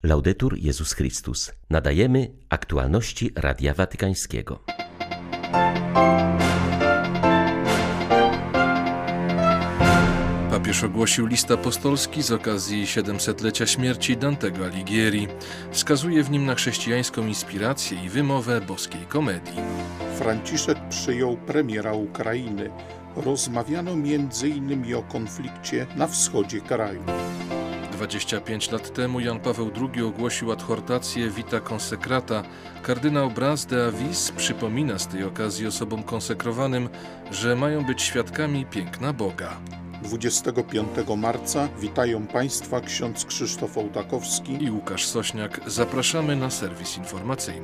Laudetur Jezus Chrystus. Nadajemy aktualności Radia Watykańskiego. Papież ogłosił list apostolski z okazji 700-lecia śmierci Dantego Alighieri. Wskazuje w nim na chrześcijańską inspirację i wymowę boskiej komedii. Franciszek przyjął premiera Ukrainy. Rozmawiano m.in. o konflikcie na wschodzie kraju. 25 lat temu Jan Paweł II ogłosił adhortację Vita Consecrata. Kardynał Bras de Avis przypomina z tej okazji osobom konsekrowanym, że mają być świadkami piękna Boga. 25 marca witają Państwa ksiądz Krzysztof Ołtakowski i Łukasz Sośniak. Zapraszamy na serwis informacyjny.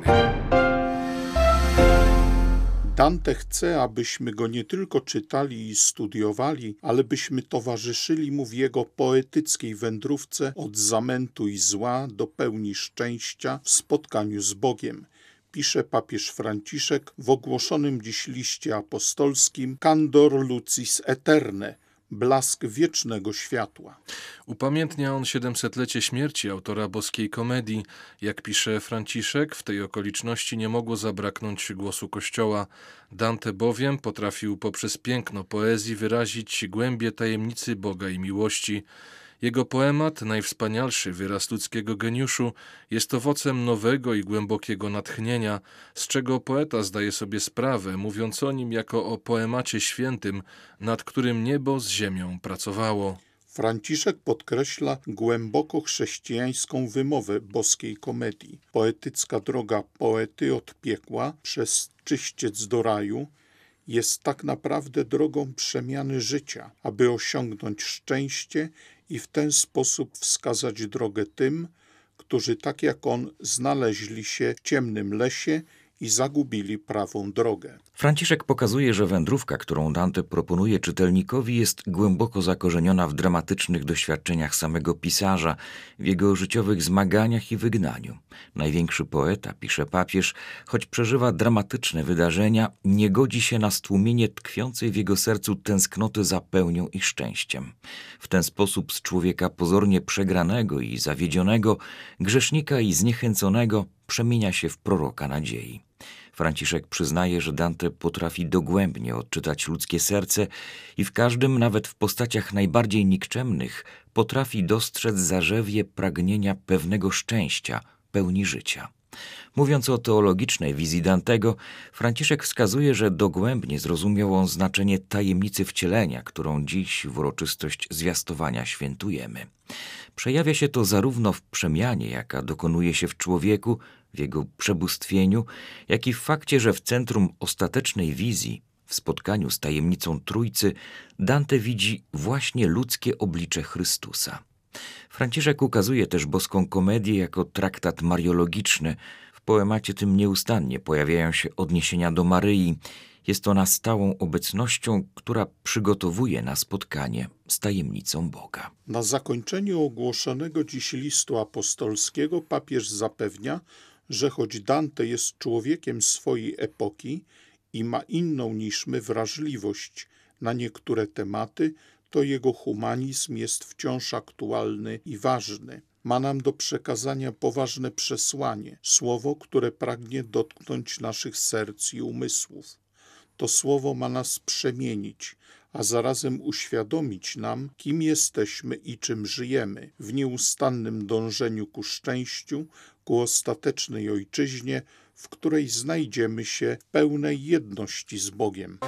Dante chce, abyśmy go nie tylko czytali i studiowali, ale byśmy towarzyszyli mu w jego poetyckiej wędrówce od zamętu i zła do pełni szczęścia w spotkaniu z Bogiem, pisze papież Franciszek w ogłoszonym dziś liście apostolskim Candor Lucis Aeternae, blask wiecznego światła. Upamiętnia on 700-lecie śmierci autora boskiej komedii. Jak pisze Franciszek, w tej okoliczności nie mogło zabraknąć głosu Kościoła. Dante bowiem potrafił poprzez piękno poezji wyrazić głębię tajemnicy Boga i miłości. Jego poemat, najwspanialszy wyraz ludzkiego geniuszu, jest owocem nowego i głębokiego natchnienia, z czego poeta zdaje sobie sprawę, mówiąc o nim jako o poemacie świętym, nad którym niebo z ziemią pracowało. Franciszek podkreśla głęboko chrześcijańską wymowę boskiej komedii. Poetycka droga poety od piekła przez czyściec do raju jest tak naprawdę drogą przemiany życia, aby osiągnąć szczęście i w ten sposób wskazać drogę tym, którzy tak jak on znaleźli się w ciemnym lesie i zagubili prawą drogę. Franciszek pokazuje, że wędrówka, którą Dante proponuje czytelnikowi, jest głęboko zakorzeniona w dramatycznych doświadczeniach samego pisarza, w jego życiowych zmaganiach i wygnaniu. Największy poeta, pisze papież, choć przeżywa dramatyczne wydarzenia, nie godzi się na stłumienie tkwiącej w jego sercu tęsknoty za pełnią i szczęściem. W ten sposób z człowieka pozornie przegranego i zawiedzionego, grzesznika i zniechęconego przemienia się w proroka nadziei. Franciszek przyznaje, że Dante potrafi dogłębnie odczytać ludzkie serce i w każdym, nawet w postaciach najbardziej nikczemnych, potrafi dostrzec zarzewie pragnienia pewnego szczęścia, pełni życia. Mówiąc o teologicznej wizji Dantego, Franciszek wskazuje, że dogłębnie zrozumiał on znaczenie tajemnicy wcielenia, którą dziś w uroczystość zwiastowania świętujemy. Przejawia się to zarówno w przemianie, jaka dokonuje się w człowieku, w jego przebóstwieniu, jak i w fakcie, że w centrum ostatecznej wizji, w spotkaniu z tajemnicą Trójcy, Dante widzi właśnie ludzkie oblicze Chrystusa. Franciszek ukazuje też boską komedię jako traktat mariologiczny. W poemacie tym nieustannie pojawiają się odniesienia do Maryi. Jest ona stałą obecnością, która przygotowuje na spotkanie z tajemnicą Boga. Na zakończeniu ogłoszonego dziś listu apostolskiego papież zapewnia, że choć Dante jest człowiekiem swojej epoki i ma inną niż my wrażliwość na niektóre tematy, to jego humanizm jest wciąż aktualny i ważny. Ma nam do przekazania poważne przesłanie, słowo, które pragnie dotknąć naszych serc i umysłów. To słowo ma nas przemienić, a zarazem uświadomić nam, kim jesteśmy i czym żyjemy, w nieustannym dążeniu ku szczęściu, ku ostatecznej ojczyźnie, w której znajdziemy się w pełnej jedności z Bogiem.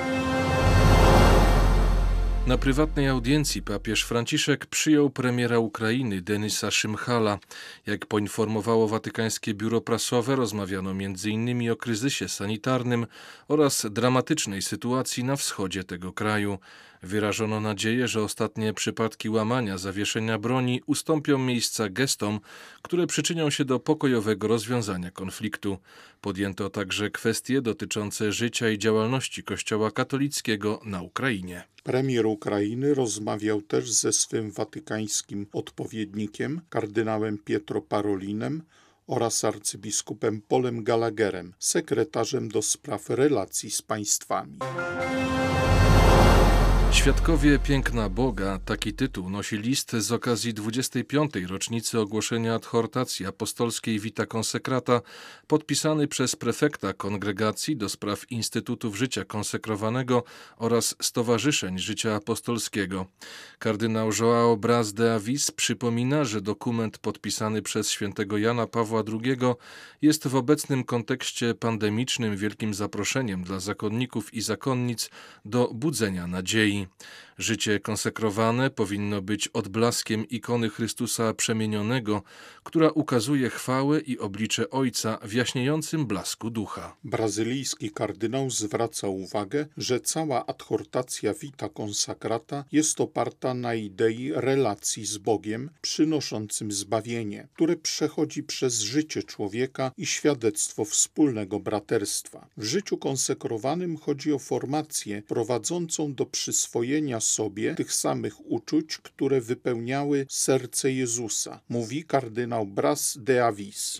Na prywatnej audiencji papież Franciszek przyjął premiera Ukrainy Denisa Szymchala. Jak poinformowało Watykańskie Biuro Prasowe, rozmawiano m.in. o kryzysie sanitarnym oraz dramatycznej sytuacji na wschodzie tego kraju. Wyrażono nadzieję, że ostatnie przypadki łamania zawieszenia broni ustąpią miejsca gestom, które przyczynią się do pokojowego rozwiązania konfliktu. Podjęto także kwestie dotyczące życia i działalności Kościoła katolickiego na Ukrainie. Premier Ukrainy rozmawiał też ze swym watykańskim odpowiednikiem, kardynałem Pietro Parolinem oraz arcybiskupem Polem Gallagherem, sekretarzem do spraw relacji z państwami. Świadkowie piękna Boga, taki tytuł nosi list z okazji 25. rocznicy ogłoszenia adhortacji apostolskiej Vita Consecrata, podpisany przez prefekta Kongregacji do spraw Instytutów Życia Konsekrowanego oraz Stowarzyszeń Życia Apostolskiego. Kardynał João Braz de Avis przypomina, że dokument podpisany przez świętego Jana Pawła II jest w obecnym kontekście pandemicznym wielkim zaproszeniem dla zakonników i zakonnic do budzenia nadziei. Życie konsekrowane powinno być odblaskiem ikony Chrystusa przemienionego, która ukazuje chwałę i oblicze Ojca w jaśniejącym blasku ducha. Brazylijski kardynał zwraca uwagę, że cała adhortacja Vita Consecrata jest oparta na idei relacji z Bogiem przynoszącym zbawienie, które przechodzi przez życie człowieka i świadectwo wspólnego braterstwa. W życiu konsekrowanym chodzi o formację prowadzącą do przyswojenia sobie tych samych uczuć, które wypełniały serce Jezusa, mówi kardynał Braz de Avis.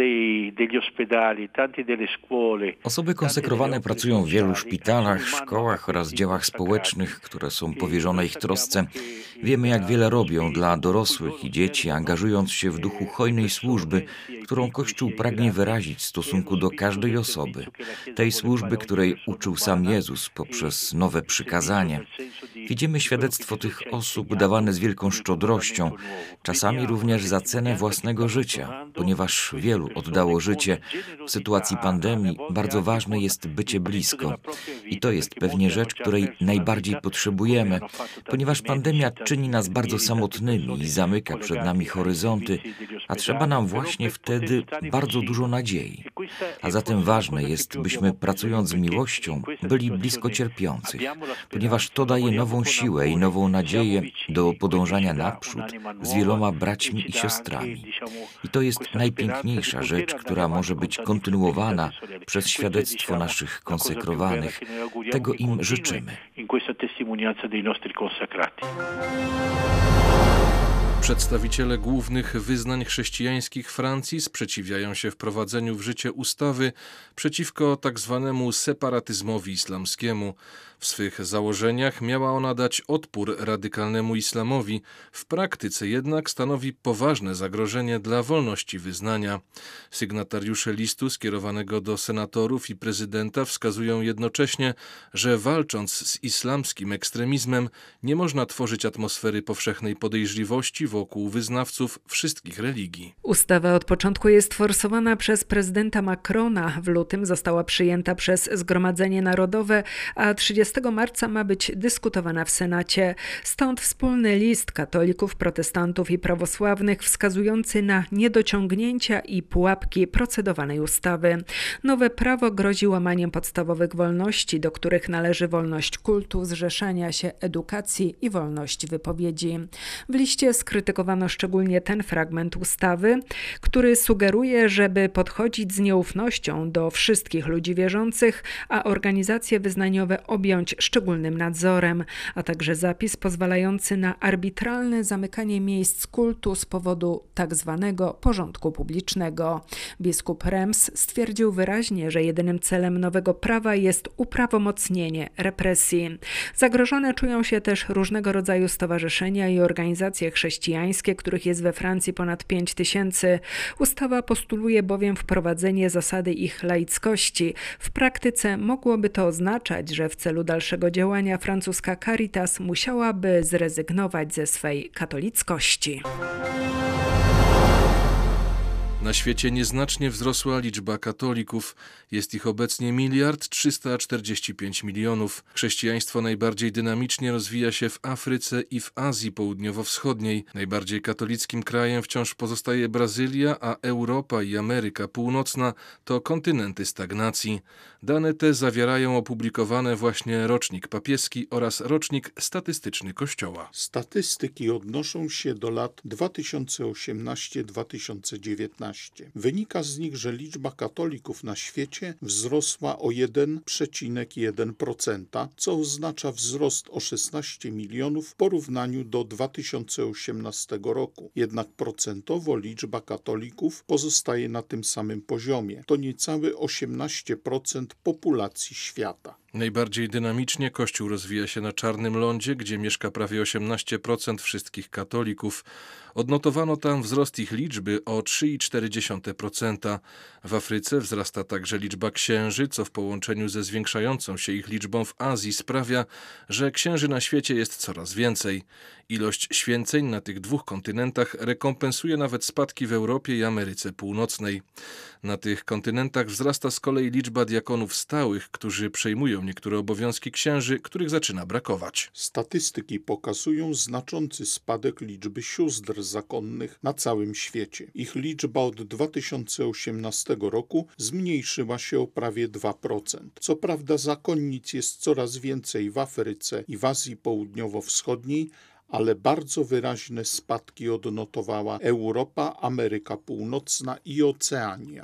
Osoby konsekrowane pracują w wielu szpitalach, szkołach oraz dziełach społecznych, które są powierzone ich trosce. Wiemy, jak wiele robią dla dorosłych i dzieci, angażując się w duchu hojnej służby, którą Kościół pragnie wyrazić w stosunku do każdej osoby. Tej służby, której uczył sam Jezus poprzez nowe przykazanie. Widzimy świadectwo tych osób dawane z wielką szczodrością, czasami również za cenę własnego życia, ponieważ wielu oddało życie. W sytuacji pandemii bardzo ważne jest bycie blisko. I to jest pewnie rzecz, której najbardziej potrzebujemy, ponieważ pandemia czyni nas bardzo samotnymi i zamyka przed nami horyzonty, a trzeba nam właśnie wtedy bardzo dużo nadziei. A zatem ważne jest, byśmy pracując z miłością byli blisko cierpiących, ponieważ to daje nową siłę i nową nadzieję do podążania naprzód z wieloma braćmi i siostrami. I to jest najpiękniejsza rzecz, która może być kontynuowana przez świadectwo naszych konsekrowanych. Tego im życzymy. Przedstawiciele głównych wyznań chrześcijańskich Francji sprzeciwiają się wprowadzeniu w życie ustawy przeciwko tzw. separatyzmowi islamskiemu. W swych założeniach miała ona dać odpór radykalnemu islamowi, w praktyce jednak stanowi poważne zagrożenie dla wolności wyznania. Sygnatariusze listu skierowanego do senatorów i prezydenta wskazują jednocześnie, że walcząc z islamskim ekstremizmem nie można tworzyć atmosfery powszechnej podejrzliwości wokół wyznawców wszystkich religii. Ustawa od początku jest forsowana przez prezydenta Macrona. W lutym została przyjęta przez Zgromadzenie Narodowe, a 30 marca ma być dyskutowana w Senacie. Stąd wspólny list katolików, protestantów i prawosławnych wskazujący na niedociągnięcia i pułapki procedowanej ustawy. Nowe prawo grozi łamaniem podstawowych wolności, do których należy wolność kultu, zrzeszania się, edukacji i wolność wypowiedzi. W liście skrytykowano szczególnie ten fragment ustawy, który sugeruje, żeby podchodzić z nieufnością do wszystkich ludzi wierzących, a organizacje wyznaniowe objąć szczególnym nadzorem, a także zapis pozwalający na arbitralne zamykanie miejsc kultu z powodu tzw. porządku publicznego. Biskup Rems stwierdził wyraźnie, że jedynym celem nowego prawa jest uprawomocnienie represji. Zagrożone czują się też różnego rodzaju stowarzyszenia i organizacje chrześcijańskie, których jest we Francji ponad 5000. Ustawa postuluje bowiem wprowadzenie zasady ich laickości. W praktyce mogłoby to oznaczać, że w celu dalszego działania francuska Caritas musiałaby zrezygnować ze swej katolickości. Na świecie nieznacznie wzrosła liczba katolików. Jest ich obecnie 1 345 000 000. Chrześcijaństwo najbardziej dynamicznie rozwija się w Afryce i w Azji Południowo-Wschodniej. Najbardziej katolickim krajem wciąż pozostaje Brazylia, a Europa i Ameryka Północna to kontynenty stagnacji. Dane te zawierają opublikowane właśnie rocznik papieski oraz rocznik statystyczny Kościoła. Statystyki odnoszą się do lat 2018-2019. Wynika z nich, że liczba katolików na świecie wzrosła o 1,1%, co oznacza wzrost o 16 milionów w porównaniu do 2018 roku. Jednak procentowo liczba katolików pozostaje na tym samym poziomie. To niecałe 18% populacji świata. Najbardziej dynamicznie Kościół rozwija się na Czarnym Lądzie, gdzie mieszka prawie 18% wszystkich katolików. Odnotowano tam wzrost ich liczby o 3,4%. W Afryce wzrasta także liczba księży, co w połączeniu ze zwiększającą się ich liczbą w Azji sprawia, że księży na świecie jest coraz więcej. Ilość święceń na tych dwóch kontynentach rekompensuje nawet spadki w Europie i Ameryce Północnej. Na tych kontynentach wzrasta z kolei liczba diakonów stałych, którzy przejmują niektóre obowiązki księży, których zaczyna brakować. Statystyki pokazują znaczący spadek liczby sióstr zakonnych na całym świecie. Ich liczba od 2018 roku zmniejszyła się o prawie 2%. Co prawda zakonnic jest coraz więcej w Afryce i w Azji Południowo-Wschodniej, ale bardzo wyraźne spadki odnotowała Europa, Ameryka Północna i Oceania.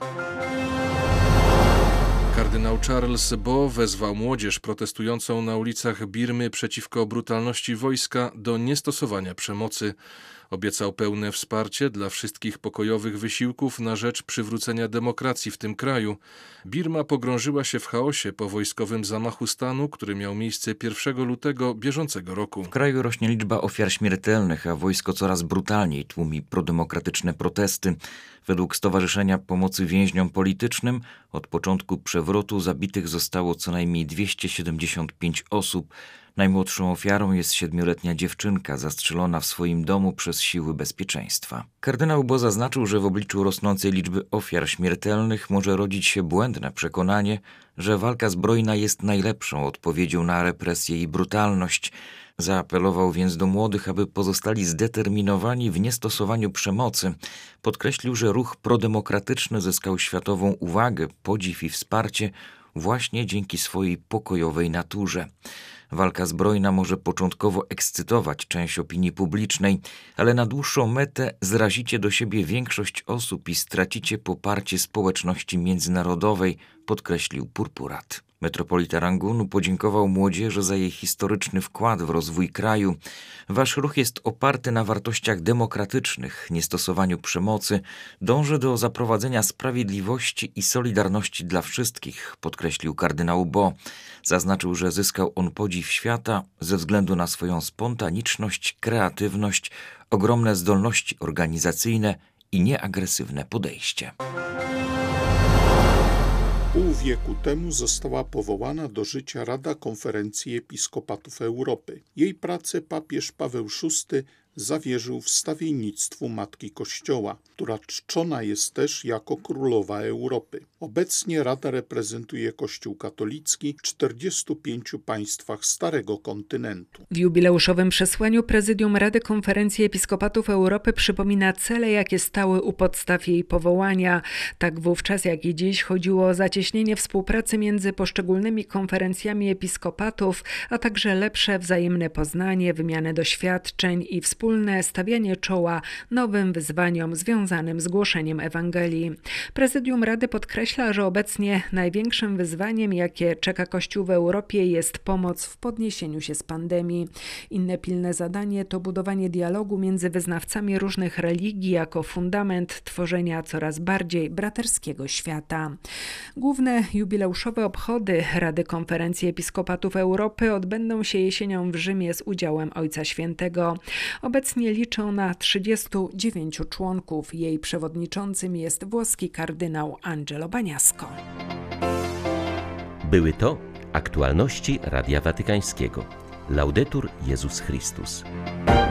Kardynał Charles Bo wezwał młodzież protestującą na ulicach Birmy przeciwko brutalności wojska do niestosowania przemocy. Obiecał pełne wsparcie dla wszystkich pokojowych wysiłków na rzecz przywrócenia demokracji w tym kraju. Birma pogrążyła się w chaosie po wojskowym zamachu stanu, który miał miejsce 1 lutego bieżącego roku. W kraju rośnie liczba ofiar śmiertelnych, a wojsko coraz brutalniej tłumi prodemokratyczne protesty. Według Stowarzyszenia Pomocy Więźniom Politycznym od początku przewrotu zabitych zostało co najmniej 275 osób. Najmłodszą ofiarą jest 7-letnia dziewczynka zastrzelona w swoim domu przez siły bezpieczeństwa. Kardynał Bo zaznaczył, że w obliczu rosnącej liczby ofiar śmiertelnych może rodzić się błędne przekonanie, że walka zbrojna jest najlepszą odpowiedzią na represję i brutalność. Zaapelował więc do młodych, aby pozostali zdeterminowani w niestosowaniu przemocy. Podkreślił, że ruch prodemokratyczny zyskał światową uwagę, podziw i wsparcie właśnie dzięki swojej pokojowej naturze. Walka zbrojna może początkowo ekscytować część opinii publicznej, ale na dłuższą metę zrazicie do siebie większość osób i stracicie poparcie społeczności międzynarodowej, podkreślił purpurat. Metropolita Rangunu podziękował młodzieży za jej historyczny wkład w rozwój kraju. Wasz ruch jest oparty na wartościach demokratycznych, niestosowaniu przemocy, dąży do zaprowadzenia sprawiedliwości i solidarności dla wszystkich, podkreślił kardynał Bo. Zaznaczył, że zyskał on podziw świata ze względu na swoją spontaniczność, kreatywność, ogromne zdolności organizacyjne i nieagresywne podejście. Pół wieku temu została powołana do życia Rada Konferencji Episkopatów Europy. Jej pracę papież Paweł VI zawierzył wstawiennictwu Matki Kościoła, która czczona jest też jako Królowa Europy. Obecnie Rada reprezentuje Kościół katolicki w 45 państwach Starego Kontynentu. W jubileuszowym przesłaniu Prezydium Rady Konferencji Episkopatów Europy przypomina cele, jakie stały u podstaw jej powołania. Tak wówczas, jak i dziś, chodziło o zacieśnienie współpracy między poszczególnymi konferencjami episkopatów, a także lepsze wzajemne poznanie, wymianę doświadczeń i wspólne stawianie czoła nowym wyzwaniom związanym z głoszeniem Ewangelii. Prezydium Rady podkreśla, że obecnie największym wyzwaniem, jakie czeka Kościół w Europie, jest pomoc w podniesieniu się z pandemii. Inne pilne zadanie to budowanie dialogu między wyznawcami różnych religii jako fundament tworzenia coraz bardziej braterskiego świata. Główne jubileuszowe obchody Rady Konferencji Episkopatów Europy odbędą się jesienią w Rzymie z udziałem Ojca Świętego. Obecnie liczy ona 39 członków. Jej przewodniczącym jest włoski kardynał Angelo Bagnasco. Były to aktualności Radia Watykańskiego. Laudetur Jezus Chrystus.